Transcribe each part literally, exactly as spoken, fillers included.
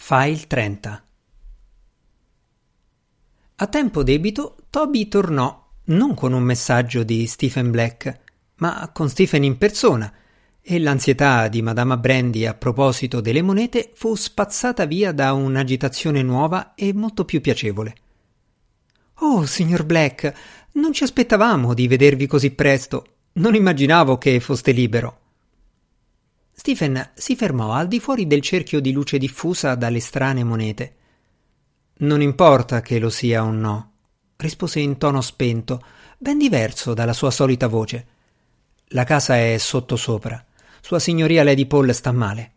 File trenta. A tempo debito Toby tornò non con un messaggio di Stephen Black, ma con Stephen in persona, e l'ansietà di Madama Brandy a proposito delle monete fu spazzata via da un'agitazione nuova e molto più piacevole. «Oh, signor Black, non ci aspettavamo di vedervi così presto. Non immaginavo che foste libero». Stephen si fermò al di fuori del cerchio di luce diffusa dalle strane monete. «Non importa che lo sia o no», rispose in tono spento, ben diverso dalla sua solita voce. «La casa è sottosopra. Sua signoria Lady Paul sta male».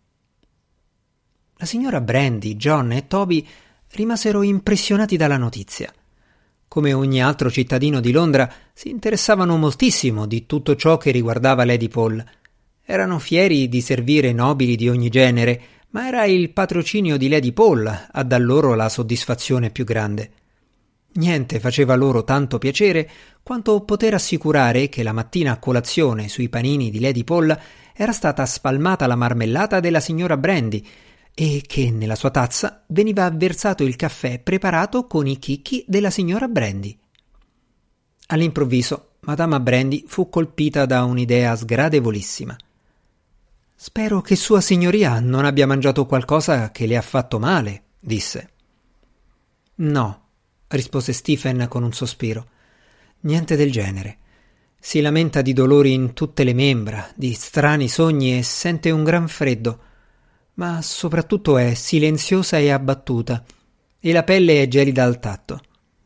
La signora Brandy, John e Toby rimasero impressionati dalla notizia. Come ogni altro cittadino di Londra, si interessavano moltissimo di tutto ciò che riguardava Lady Paul. Erano fieri di servire nobili di ogni genere, ma era il patrocinio di Lady Paul a dar loro la soddisfazione più grande. Niente faceva loro tanto piacere quanto poter assicurare che la mattina a colazione sui panini di Lady Paul era stata spalmata la marmellata della signora Brandy e che nella sua tazza veniva versato il caffè preparato con i chicchi della signora Brandy. All'improvviso Madama Brandy fu colpita da un'idea sgradevolissima. «Spero che sua signoria non abbia mangiato qualcosa che le ha fatto male», disse. «No», rispose Stephen con un sospiro. «Niente del genere. Si lamenta di dolori in tutte le membra, di strani sogni e sente un gran freddo, ma soprattutto è silenziosa e abbattuta, e la pelle è gelida al tatto».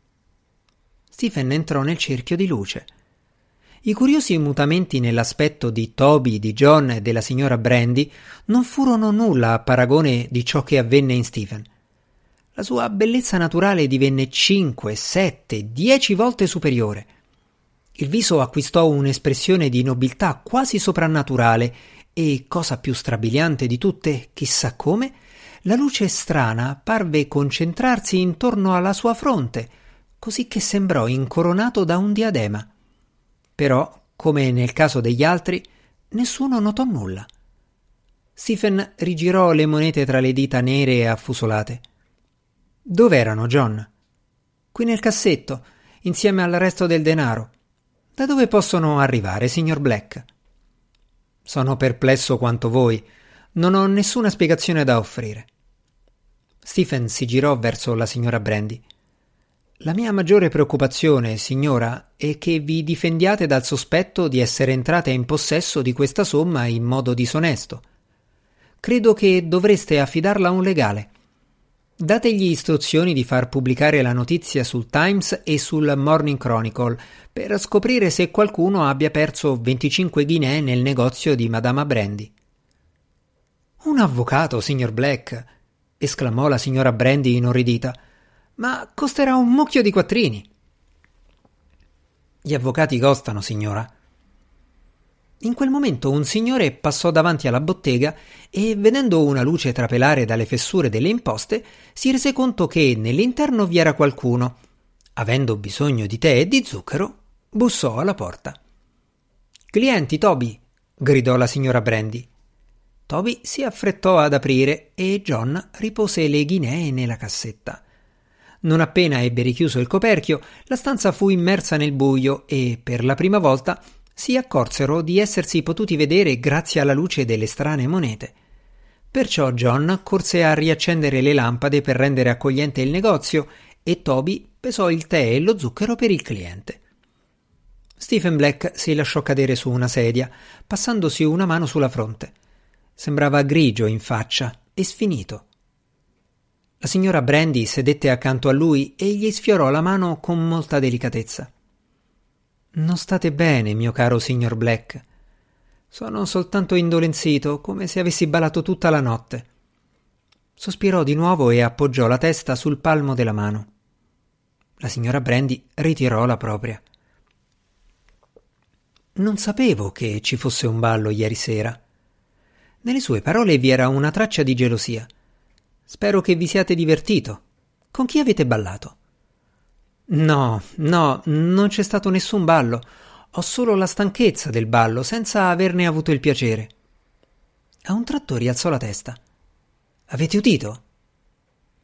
Stephen entrò nel cerchio di luce. I curiosi mutamenti nell'aspetto di Toby, di John e della signora Brandy non furono nulla a paragone di ciò che avvenne in Stephen. La sua bellezza naturale divenne cinque, sette, dieci volte superiore. Il viso acquistò un'espressione di nobiltà quasi soprannaturale e, cosa più strabiliante di tutte, chissà come, la luce strana parve concentrarsi intorno alla sua fronte, così che sembrò incoronato da un diadema. Però, come nel caso degli altri, nessuno notò nulla. Stephen rigirò le monete tra le dita nere e affusolate. «Dov'erano, John?» «Qui nel cassetto, insieme al resto del denaro. Da dove possono arrivare, signor Black?» «Sono perplesso quanto voi. Non ho nessuna spiegazione da offrire». Stephen si girò verso la signora Brandy. «La mia maggiore preoccupazione, signora, è che vi difendiate dal sospetto di essere entrate in possesso di questa somma in modo disonesto. Credo che dovreste affidarla a un legale. Dategli istruzioni di far pubblicare la notizia sul Times e sul Morning Chronicle per scoprire se qualcuno abbia perso venticinque guinee nel negozio di Madama Brandy». «Un avvocato, signor Black!» esclamò la signora Brandy inorridita. «Ma costerà un mucchio di quattrini». «Gli avvocati costano, signora». In quel momento un signore passò davanti alla bottega e, vedendo una luce trapelare dalle fessure delle imposte, si rese conto che nell'interno vi era qualcuno. Avendo bisogno di tè e di zucchero, bussò alla porta. «Clienti, Toby!» gridò la signora Brandy. Toby si affrettò ad aprire e John ripose le guinee nella cassetta. Non appena ebbe richiuso il coperchio, la stanza fu immersa nel buio e, per la prima volta, si accorsero di essersi potuti vedere grazie alla luce delle strane monete. Perciò John corse a riaccendere le lampade per rendere accogliente il negozio e Toby pesò il tè e lo zucchero per il cliente. Stephen Black si lasciò cadere su una sedia, passandosi una mano sulla fronte. Sembrava grigio in faccia e sfinito. La signora Brandy sedette accanto a lui e gli sfiorò la mano con molta delicatezza. «Non state bene, mio caro signor Black. Sono soltanto indolenzito, come se avessi balato tutta la notte». Sospirò di nuovo e appoggiò la testa sul palmo della mano. La signora Brandy ritirò la propria. «Non sapevo che ci fosse un ballo ieri sera». Nelle sue parole vi era una traccia di gelosia. «Spero che vi siate divertito. Con chi avete ballato?» «No, no, non c'è stato nessun ballo. Ho solo la stanchezza del ballo, senza averne avuto il piacere». A un tratto rialzò la testa. «Avete udito?»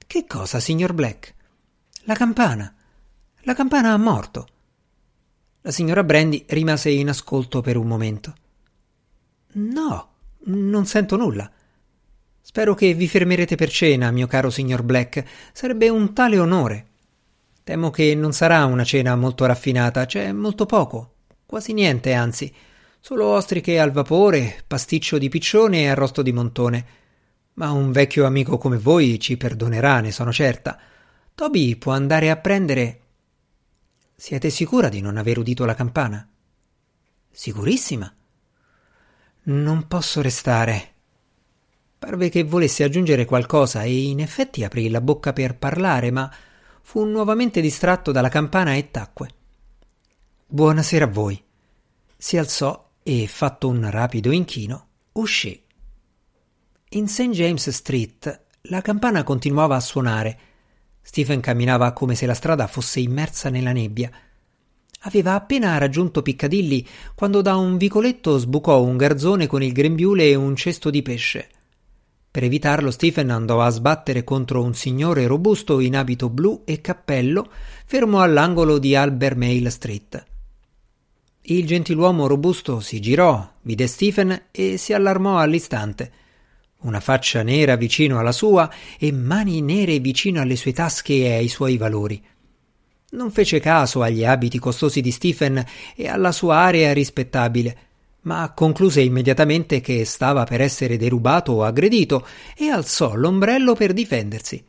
Che cosa, signor Black? La campana. La campana ha morto. La signora Brandy rimase in ascolto per un momento. No, non sento nulla. Spero che vi fermerete per cena, mio caro signor Black. Sarebbe un tale onore. Temo che non sarà una cena molto raffinata, c'è molto poco, quasi niente, anzi, solo ostriche al vapore, pasticcio di piccione e arrosto di montone. Ma un vecchio amico come voi ci perdonerà, ne sono certa. Toby può andare a prendere... Siete sicura di non aver udito la campana? Sicurissima. Non posso restare. Parve che volesse aggiungere qualcosa e in effetti aprì la bocca per parlare, ma fu nuovamente distratto dalla campana e tacque. Buonasera a voi. Si alzò e, fatto un rapido inchino, uscì. In Saint James Street la campana continuava a suonare. Stephen camminava come se la strada fosse immersa nella nebbia. Aveva appena raggiunto Piccadilly quando da un vicoletto sbucò un garzone con il grembiule e un cesto di pesce. Per evitarlo, Stephen andò a sbattere contro un signore robusto in abito blu e cappello, fermo all'angolo di Albemarle Street. Il gentiluomo robusto si girò, vide Stephen e si allarmò all'istante. Una faccia nera vicino alla sua e mani nere vicino alle sue tasche e ai suoi valori. Non fece caso agli abiti costosi di Stephen e alla sua area rispettabile, ma concluse immediatamente che stava per essere derubato o aggredito e alzò l'ombrello per difendersi.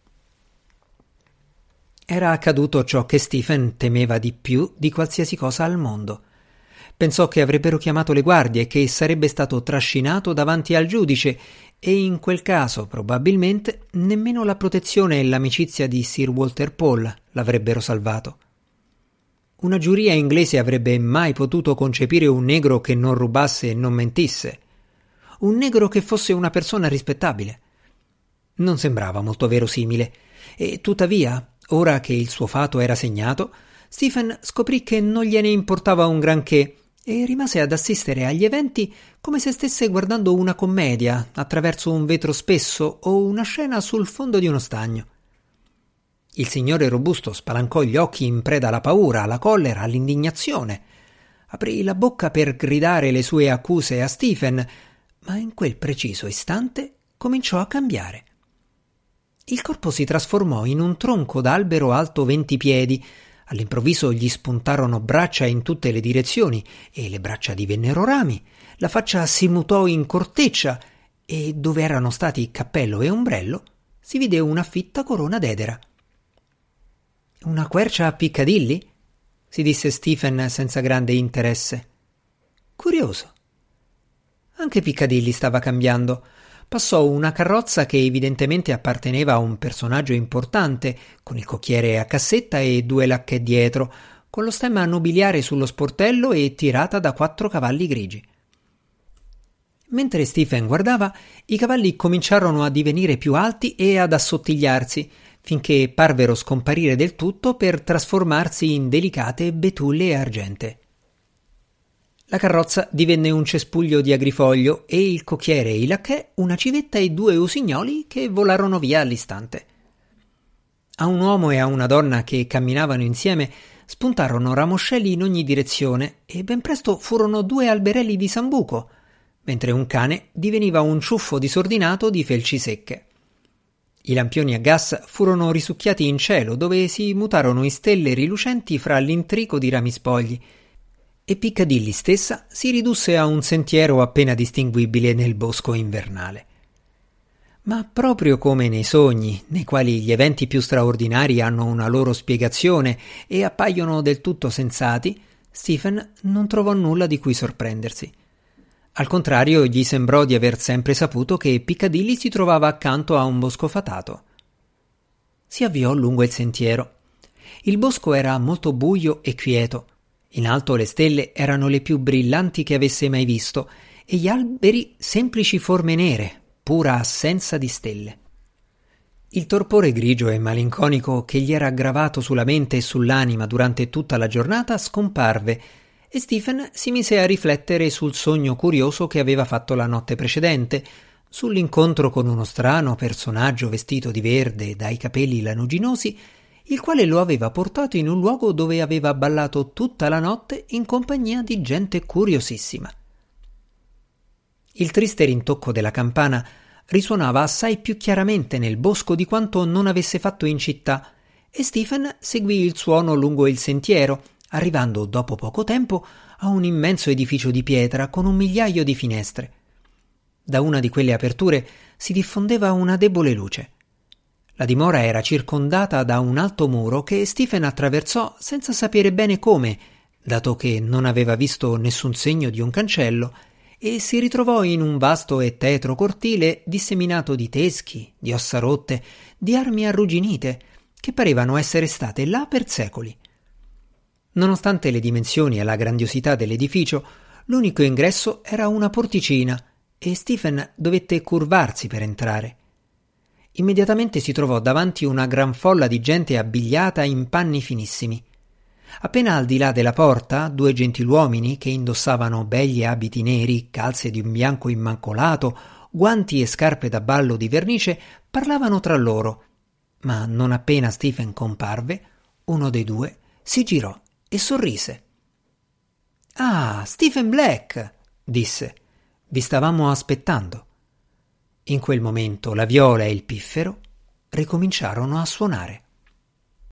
Era accaduto ciò che Stephen temeva di più di qualsiasi cosa al mondo. Pensò che avrebbero chiamato le guardie e che sarebbe stato trascinato davanti al giudice e in quel caso probabilmente nemmeno la protezione e l'amicizia di Sir Walter Paul l'avrebbero salvato. Una giuria inglese avrebbe mai potuto concepire un negro che non rubasse e non mentisse, un negro che fosse una persona rispettabile. Non sembrava molto verosimile, e tuttavia, ora che il suo fato era segnato, Stephen scoprì che non gliene importava un granché e rimase ad assistere agli eventi come se stesse guardando una commedia attraverso un vetro spesso o una scena sul fondo di uno stagno. Il signore robusto spalancò gli occhi in preda alla paura, alla collera, all'indignazione. Aprì la bocca per gridare le sue accuse a Stephen, ma in quel preciso istante cominciò a cambiare. Il corpo si trasformò in un tronco d'albero alto venti piedi. All'improvviso gli spuntarono braccia in tutte le direzioni e le braccia divennero rami. La faccia si mutò in corteccia e dove erano stati cappello e ombrello si vide una fitta corona d'edera. «Una quercia a Piccadilly?» si disse Stephen senza grande interesse. Curioso. Anche Piccadilly stava cambiando. Passò una carrozza che evidentemente apparteneva a un personaggio importante, con il cocchiere a cassetta e due lacchè dietro, con lo stemma nobiliare sullo sportello e tirata da quattro cavalli grigi. Mentre Stephen guardava, i cavalli cominciarono a divenire più alti e ad assottigliarsi, finché parvero scomparire del tutto per trasformarsi in delicate betulle argentee. La carrozza divenne un cespuglio di agrifoglio e il cocchiere e i lacchè una civetta e due usignoli che volarono via all'istante. A un uomo e a una donna che camminavano insieme spuntarono ramoscelli in ogni direzione e ben presto furono due alberelli di sambuco, mentre un cane diveniva un ciuffo disordinato di felci secche. I lampioni a gas furono risucchiati in cielo, dove si mutarono in stelle rilucenti fra l'intrico di rami spogli, e Piccadilly stessa si ridusse a un sentiero appena distinguibile nel bosco invernale. Ma proprio come nei sogni, nei quali gli eventi più straordinari hanno una loro spiegazione e appaiono del tutto sensati, Stephen non trovò nulla di cui sorprendersi. Al contrario, gli sembrò di aver sempre saputo che Piccadilly si trovava accanto a un bosco fatato. Si avviò lungo il sentiero. Il bosco era molto buio e quieto. In alto le stelle erano le più brillanti che avesse mai visto e gli alberi semplici forme nere, pura assenza di stelle. Il torpore grigio e malinconico che gli era aggravato sulla mente e sull'anima durante tutta la giornata scomparve e Stephen si mise a riflettere sul sogno curioso che aveva fatto la notte precedente, sull'incontro con uno strano personaggio vestito di verde dai capelli lanuginosi, il quale lo aveva portato in un luogo dove aveva ballato tutta la notte in compagnia di gente curiosissima. Il triste rintocco della campana risuonava assai più chiaramente nel bosco di quanto non avesse fatto in città, e Stephen seguì il suono lungo il sentiero, arrivando dopo poco tempo a un immenso edificio di pietra con un migliaio di finestre. Da una di quelle aperture si diffondeva una debole luce. La dimora era circondata da un alto muro che Stephen attraversò senza sapere bene come, dato che non aveva visto nessun segno di un cancello, e si ritrovò in un vasto e tetro cortile disseminato di teschi, di ossa rotte, di armi arrugginite, che parevano essere state là per secoli. Nonostante le dimensioni e la grandiosità dell'edificio, l'unico ingresso era una porticina e Stephen dovette curvarsi per entrare. Immediatamente si trovò davanti una gran folla di gente abbigliata in panni finissimi. Appena al di là della porta, due gentiluomini che indossavano begli abiti neri, calze di un bianco immancolato, guanti e scarpe da ballo di vernice parlavano tra loro, ma non appena Stephen comparve, uno dei due si girò e sorrise. «Ah, Stephen Black!» disse. «Vi stavamo aspettando». In quel momento la viola e il piffero ricominciarono a suonare.